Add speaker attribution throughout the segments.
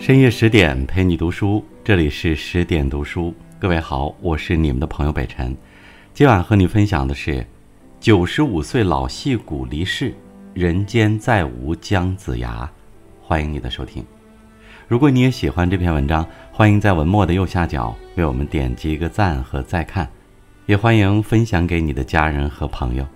Speaker 1: 深夜10点陪你读书，这里是10点读书。各位好，我是你们的朋友北辰。今晚和你分享的是95岁老戏骨离世，人间再无姜子牙。欢迎你的收听。如果你也喜欢这篇文章，欢迎在文末的右下角为我们点击一个赞和再看，也欢迎分享给你的家人和朋友。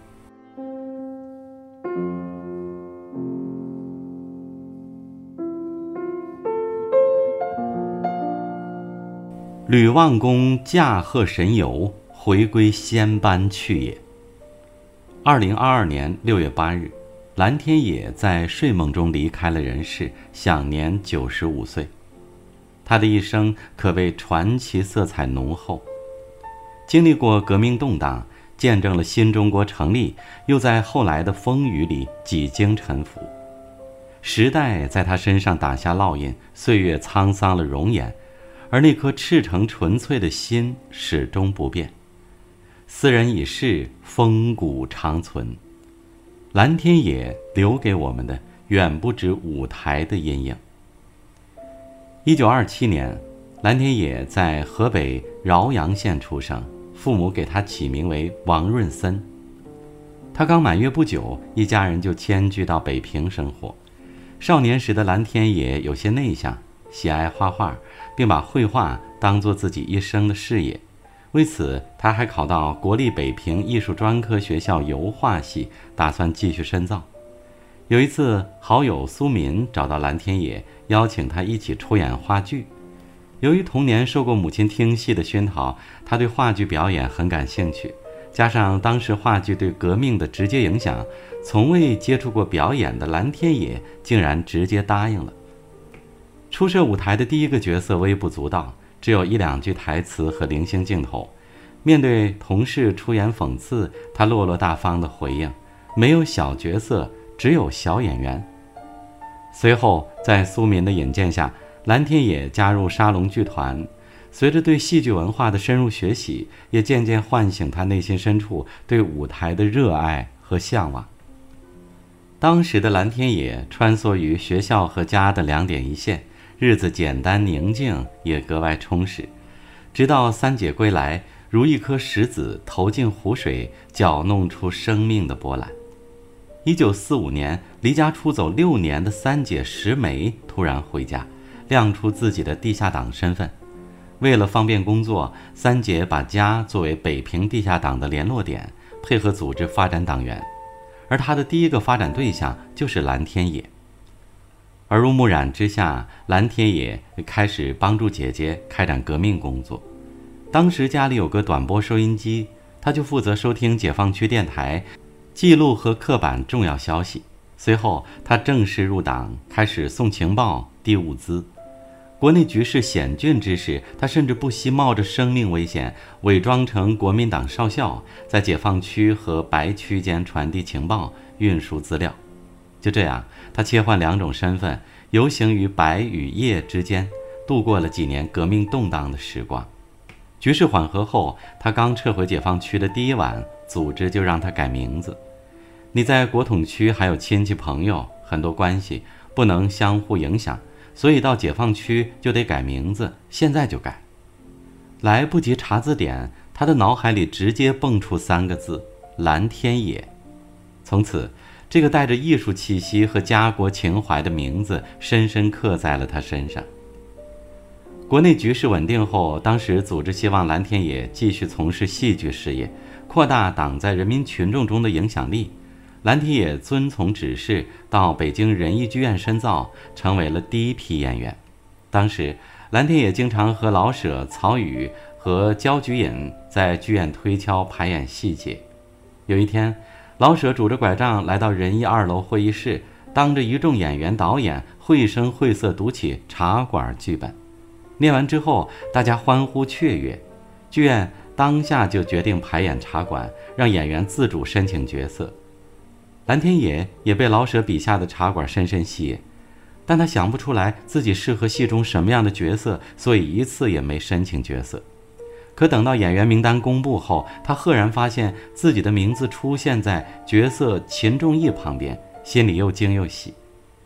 Speaker 1: 吕望公驾鹤神游，回归仙班去也。2022年6月8日，蓝天野在睡梦中离开了人世，享年95岁。他的一生可谓传奇色彩浓厚，经历过革命动荡，见证了新中国成立，又在后来的风雨里几经沉浮。时代在他身上打下烙印，岁月沧桑了容颜，而那颗赤诚纯粹的心始终不变。斯人已逝，风骨长存。蓝天野留给我们的远不止舞台的阴影。1927年，蓝天野在河北饶阳县出生，父母给他起名为王润森。他刚满月不久，一家人就迁居到北平生活。少年时的蓝天野有些内向，喜爱画画，并把绘画当作自己一生的事业。为此，他还考到国立北平艺术专科学校油画系，打算继续深造。有一次，好友苏民找到蓝天野，邀请他一起出演话剧。由于童年受过母亲听戏的熏陶，他对话剧表演很感兴趣，加上当时话剧对革命的直接影响，从未接触过表演的蓝天野竟然直接答应了。初涉舞台的第一个角色微不足道，只有1、2句台词和零星镜头。面对同事出言讽刺，他落落大方的回应：没有小角色，只有小演员。随后在苏民的引荐下，蓝天野加入沙龙剧团。随着对戏剧文化的深入学习，也渐渐唤醒他内心深处对舞台的热爱和向往。当时的蓝天野穿梭于学校和家的2点一线，日子简单宁静，也格外充实。直到三姐归来，如一颗石子投进湖水，搅弄出生命的波澜。1945年，离家出走6年的三姐石梅突然回家，亮出自己的地下党身份。为了方便工作，三姐把家作为北平地下党的联络点，配合组织发展党员。而她的第一个发展对象就是蓝天野。耳濡目染之下，蓝天野开始帮助姐姐开展革命工作。当时家里有个短波收音机，他就负责收听解放区电台，记录和刻板重要消息。随后他正式入党，开始送情报递物资。国内局势险峻之时，他甚至不惜冒着生命危险，伪装成国民党少校，在解放区和白区间传递情报，运输资料。就这样，他切换2种身份，游行于白与夜之间，度过了几年革命动荡的时光。局势缓和后，他刚撤回解放区的第1晚，组织就让他改名字。你在国统区还有亲戚朋友，很多关系不能相互影响，所以到解放区就得改名字，现在就改。来不及查字典，他的脑海里直接蹦出3个字：蓝天野。从此，这个带着艺术气息和家国情怀的名字深深刻在了他身上。国内局势稳定后，当时组织希望蓝天野继续从事戏剧事业，扩大党在人民群众中的影响力。蓝天野遵从指示，到北京人艺剧院深造，成为了第一批演员。当时蓝天野经常和老舍、曹禺和焦菊隐在剧院推敲排演细节。有一天，老舍拄着拐杖来到人艺2楼会议室，当着一众演员导演绘声绘色读起茶馆剧本。念完之后，大家欢呼雀跃，剧院当下就决定排演茶馆，让演员自主申请角色。蓝天野也被老舍笔下的茶馆深深吸引，但他想不出来自己适合戏中什么样的角色，所以一次也没申请角色。可等到演员名单公布后，他赫然发现自己的名字出现在角色秦仲义旁边，心里又惊又喜。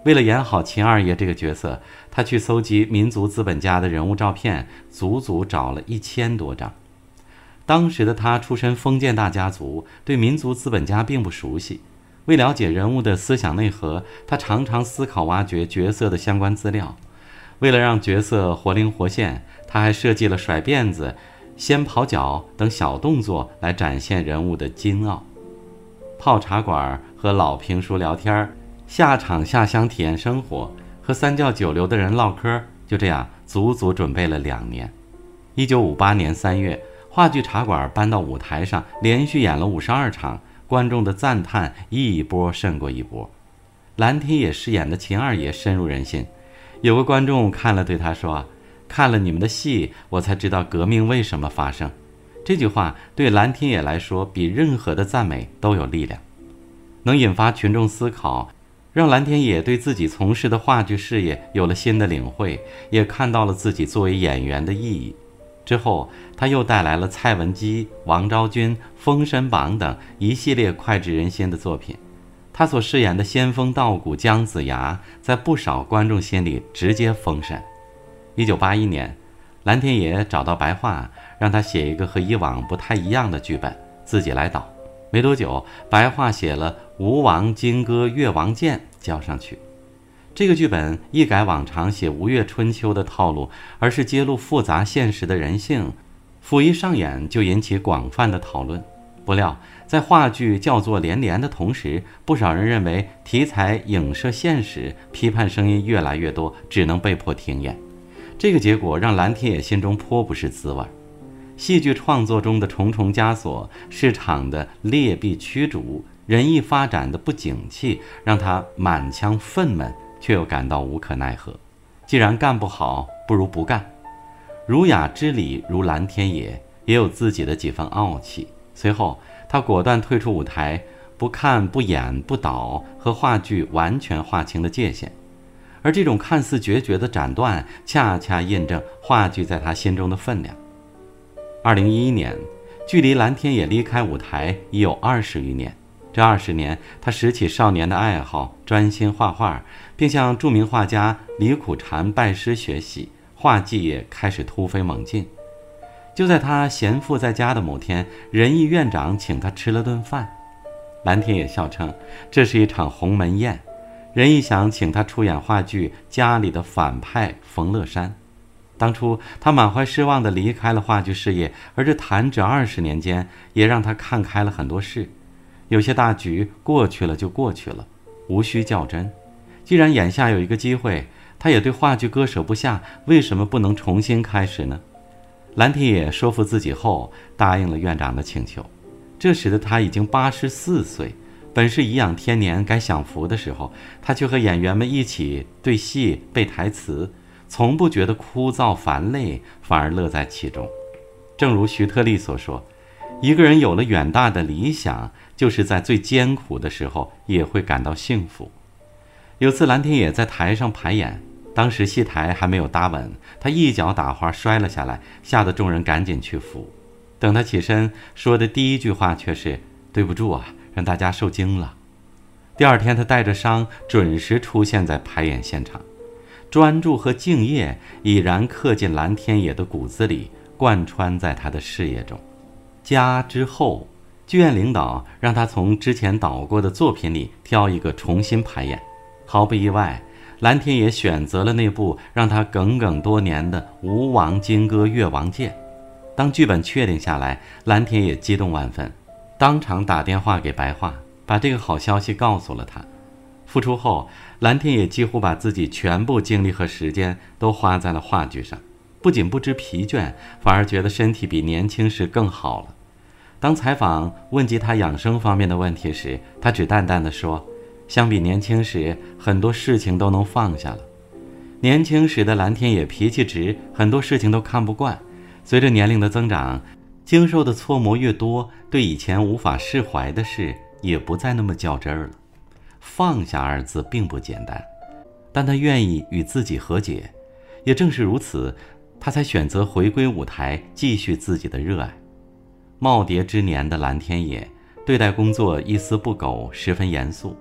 Speaker 1: 为了演好秦二爷这个角色，他去搜集民族资本家的人物照片，足足找了1000多张。当时的他出身封建大家族，对民族资本家并不熟悉。为了解人物的思想内核，他常常思考挖掘角色的相关资料。为了让角色活灵活现，他还设计了甩辫子、掀跑脚等小动作来展现人物的金傲。泡茶馆和老评书聊天，下场下乡体验生活，和三教九流的人唠嗑，就这样足足准备了2年。1958年3月，话剧茶馆搬到舞台上，连续演了52场，观众的赞叹一波胜过一波。蓝天野饰演的秦二爷深入人心，有个观众看了对他说：“看了你们的戏，我才知道革命为什么发生。”这句话对蓝天野来说比任何的赞美都有力量，能引发群众思考，让蓝天野对自己从事的话剧事业有了新的领会，也看到了自己作为演员的意义。之后他又带来了蔡文姬、王昭君、封神榜等一系列脍炙人心的作品。他所饰演的仙风道骨姜子牙在不少观众心里直接封神。1981年，蓝天野找到白桦，让他写一个和以往不太一样的剧本，自己来导。没多久，白桦写了《吴王金戈越王剑》交上去。这个剧本一改往常写吴越春秋的套路，而是揭露复杂现实的人性，甫一上演就引起广泛的讨论。不料在话剧叫座连连的同时，不少人认为题材影射现实，批判声音越来越多，只能被迫停演。这个结果让蓝天野心中颇不是滋味。戏剧创作中的重重枷锁，市场的劣币驱逐，人艺发展的不景气，让他满腔愤懑，却又感到无可奈何。既然干不好，不如不干。儒雅之理如蓝天野，也有自己的几分傲气。随后他果断退出舞台，不看、不演、不导，和话剧完全划清了界限。而这种看似决绝的斩断，恰恰印证话剧在他心中的分量。2011年，距离蓝天野离开舞台已有20余年。这20年，他拾起少年的爱好，专心画画，并向著名画家李苦禅拜师学习，画技也开始突飞猛进。就在他闲赋在家的某天，仁义院长请他吃了顿饭。蓝天野笑称这是一场鸿门宴，仁义想请他出演话剧《家里的反派冯乐山》。当初他满怀失望地离开了话剧事业，而这弹指20年间，也让他看开了很多事。有些大局过去了就过去了，无需较真。既然眼下有一个机会，他也对话剧割舍不下，为什么不能重新开始呢？蓝天野说服自己后，答应了院长的请求。这时的他已经84岁，本是颐养天年该享福的时候，他却和演员们一起对戏背台词，从不觉得枯燥烦累，反而乐在其中。正如徐特立所说，一个人有了远大的理想，就是在最艰苦的时候也会感到幸福。有次蓝天野在台上排演，当时戏台还没有搭稳，他一脚打滑摔了下来，吓得众人赶紧去扶。等他起身，说的第一句话却是：“对不住啊，让大家受惊了。”第二天他带着伤准时出现在排演现场，专注和敬业已然刻进蓝天野的骨子里，贯穿在他的事业中。家之后，剧院领导让他从之前导过的作品里挑一个重新排演。毫不意外，蓝天野选择了那部让他耿耿多年的《吴王金戈越王剑》。当剧本确定下来，蓝天野激动万分，当场打电话给白桦，把这个好消息告诉了他。复出后，蓝天野几乎把自己全部精力和时间都花在了话剧上，不仅不知疲倦，反而觉得身体比年轻时更好了。当采访问及他养生方面的问题时，他只淡淡地说，相比年轻时，很多事情都能放下了。年轻时的蓝天野脾气直，很多事情都看不惯。随着年龄的增长，经受的挫磨越多，对以前无法释怀的事也不再那么较真儿了。放下二字并不简单，但他愿意与自己和解。也正是如此，他才选择回归舞台，继续自己的热爱。耄耋之年的蓝天野对待工作一丝不苟，十分严肃，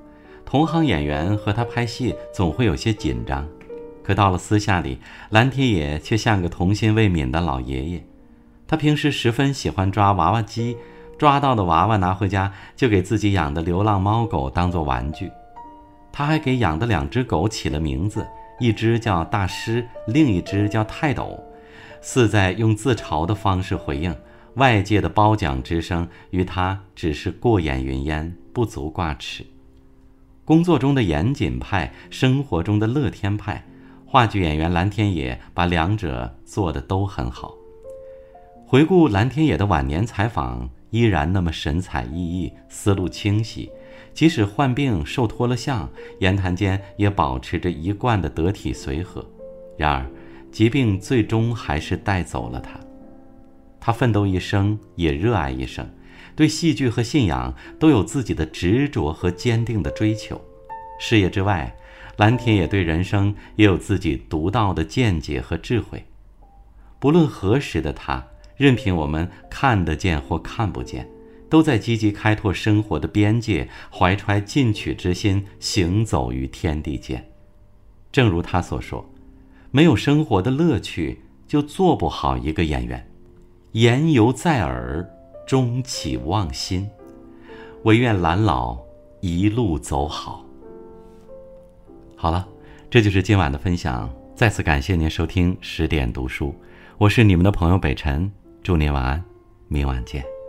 Speaker 1: 同行演员和他拍戏总会有些紧张，可到了私下里，蓝天野却像个童心未泯的老爷爷。他平时十分喜欢抓娃娃机，抓到的娃娃拿回家就给自己养的流浪猫狗当作玩具。他还给养的2只狗起了名字，一只叫大师，另一只叫泰斗，似在用自嘲的方式回应外界的褒奖之声，与他只是过眼云烟，不足挂齿。工作中的严谨派，生活中的乐天派，话剧演员蓝天野把2者做得都很好。回顾蓝天野的晚年采访，依然那么神采奕奕，思路清晰，即使患病受脱了相，言谈间也保持着一贯的得体随和。然而疾病最终还是带走了他。他奋斗一生，也热爱一生，对戏剧和信仰都有自己的执着和坚定的追求。事业之外，蓝天也对人生也有自己独到的见解和智慧。不论何时的他，任凭我们看得见或看不见，都在积极开拓生活的边界，怀揣进取之心，行走于天地间。正如他所说，没有生活的乐趣，就做不好一个演员。言犹在耳，终起忘心。唯愿蓝老一路走好。好了，这就是今晚的分享。再次感谢您收听10点读书，我是你们的朋友北辰，祝您晚安，明晚见。